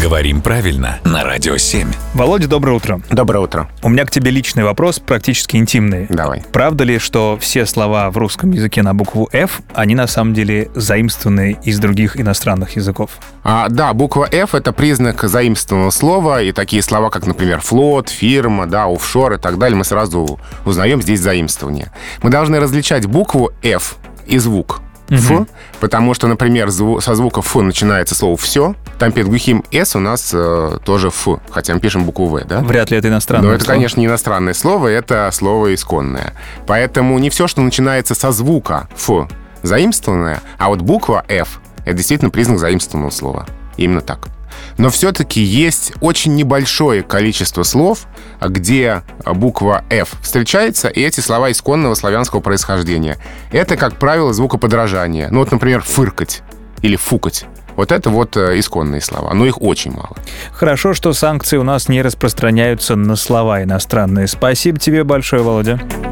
Говорим правильно на Радио 7. Володя, доброе утро. Доброе утро. У меня к тебе личный вопрос, практически интимный. Давай. Правда ли, что все слова в русском языке на букву F, они на самом деле заимствованы из других иностранных языков? Да, буква F — это признак заимствованного слова, и такие слова, как, например, флот, фирма, офшор и так далее, мы сразу узнаем здесь заимствование. Мы должны различать букву F и звук «ф», потому что, например, со звука «ф» начинается слово «все», там перед глухим «с» у нас тоже «ф», хотя мы пишем букву «в», да? Вряд ли это иностранное Но это, конечно, не иностранное слово, это слово исконное. Поэтому не все, что начинается со звука «ф», заимствованное, а вот буква «ф» — это действительно признак заимствованного слова. Именно так. Но все-таки есть очень небольшое количество слов, где буква «ф» встречается, и эти слова исконного славянского происхождения. Это, как правило, звукоподражание. Ну вот, например, «фыркать» или «фукать». Вот это вот исконные слова, но их очень мало. Хорошо, что санкции у нас не распространяются на слова иностранные. Спасибо тебе большое, Володя.